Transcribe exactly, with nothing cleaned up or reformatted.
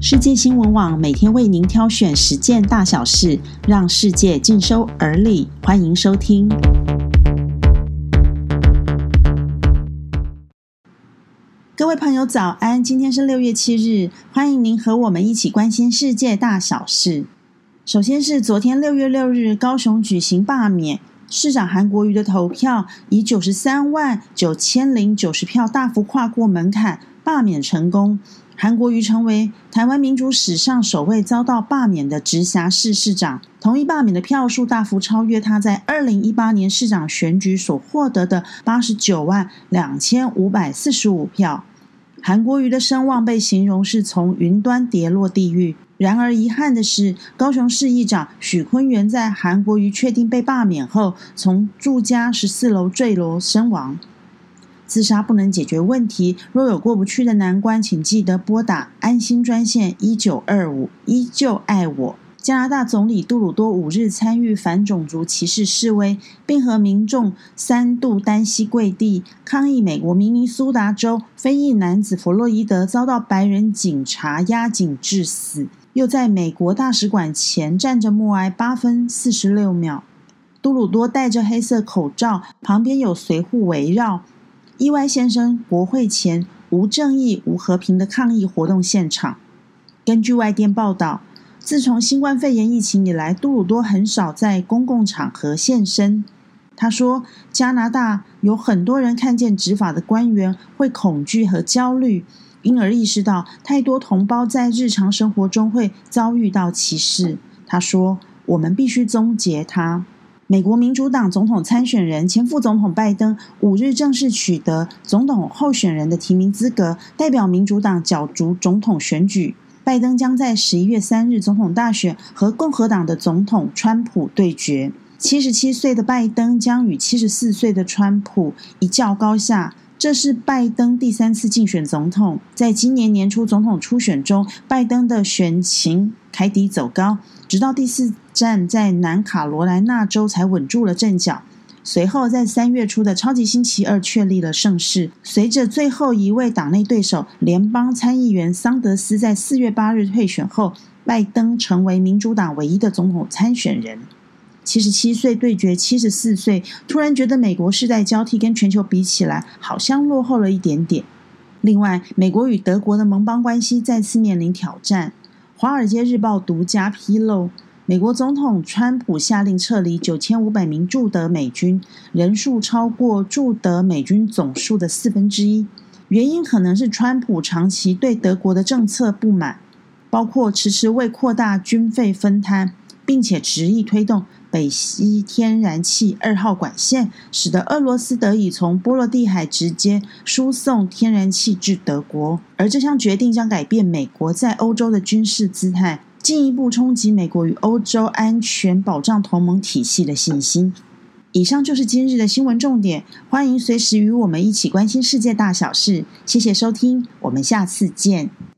世界新闻网每天为您挑选十件大小事，让世界尽收耳里。欢迎收听。各位朋友早安，今天是六月七日，欢迎您和我们一起关心世界大小事。首先是昨天六月六日，高雄举行罢免市长韩国瑜的投票，以九十三万九千零九十票大幅跨过门槛，罢免成功。韩国瑜成为台湾民主史上首位遭到罢免的直辖市市长，同意罢免的票数大幅超越他在二零一八年市长选举所获得的八十九万两千五百四十五票。韩国瑜的声望被形容是从云端跌落地狱。然而遗憾的是，高雄市议长许坤元在韩国瑜确定被罢免后，从住家十四楼坠楼身亡。自杀不能解决问题，若有过不去的难关，请记得拨打安心专线一九二五，依旧爱我。加拿大总理杜鲁多五日参与反种族歧视示威，并和民众三度单膝跪地抗议美国明尼苏达州非裔男子弗洛伊德遭到白人警察压颈致死，又在美国大使馆前站着默哀八分四十六秒。杜鲁多戴着黑色口罩，旁边有随护围绕，意外现身国会前无正义无和平的抗议活动现场。根据外电报道，自从新冠肺炎疫情以来，杜鲁多很少在公共场合现身。他说，加拿大有很多人看见执法的官员会恐惧和焦虑，因而意识到太多同胞在日常生活中会遭遇到歧视。他说，我们必须终结它。美国民主党总统参选人前副总统拜登五日正式取得总统候选人的提名资格，代表民主党角逐总统选举。拜登将在十一月三日总统大选和共和党的总统川普对决。七十七岁的拜登将与七十四岁的川普一较高下。这是拜登第三次竞选总统。在今年年初总统初选中，拜登的选情开低走高，直到第四站在南卡罗来纳州才稳住了阵脚。随后在三月初的超级星期二确立了胜势。随着最后一位党内对手联邦参议员桑德斯在四月八日退选后，拜登成为民主党唯一的总统参选人。七十七岁对决七十四岁，突然觉得美国世代交替跟全球比起来好像落后了一点点。另外，美国与德国的盟邦关系再次面临挑战。华尔街日报独家披露，美国总统川普下令撤离九千五百名驻德美军，人数超过驻德美军总数的四分之一。原因可能是川普长期对德国的政策不满，包括迟迟未扩大军费分摊，并且执意推动北溪天然气二号管线，使得俄罗斯得以从波罗的海直接输送天然气至德国。而这项决定将改变美国在欧洲的军事姿态，进一步冲击美国与欧洲安全保障同盟体系的信心。以上就是今日的新闻重点，欢迎随时与我们一起关心世界大小事。谢谢收听，我们下次见。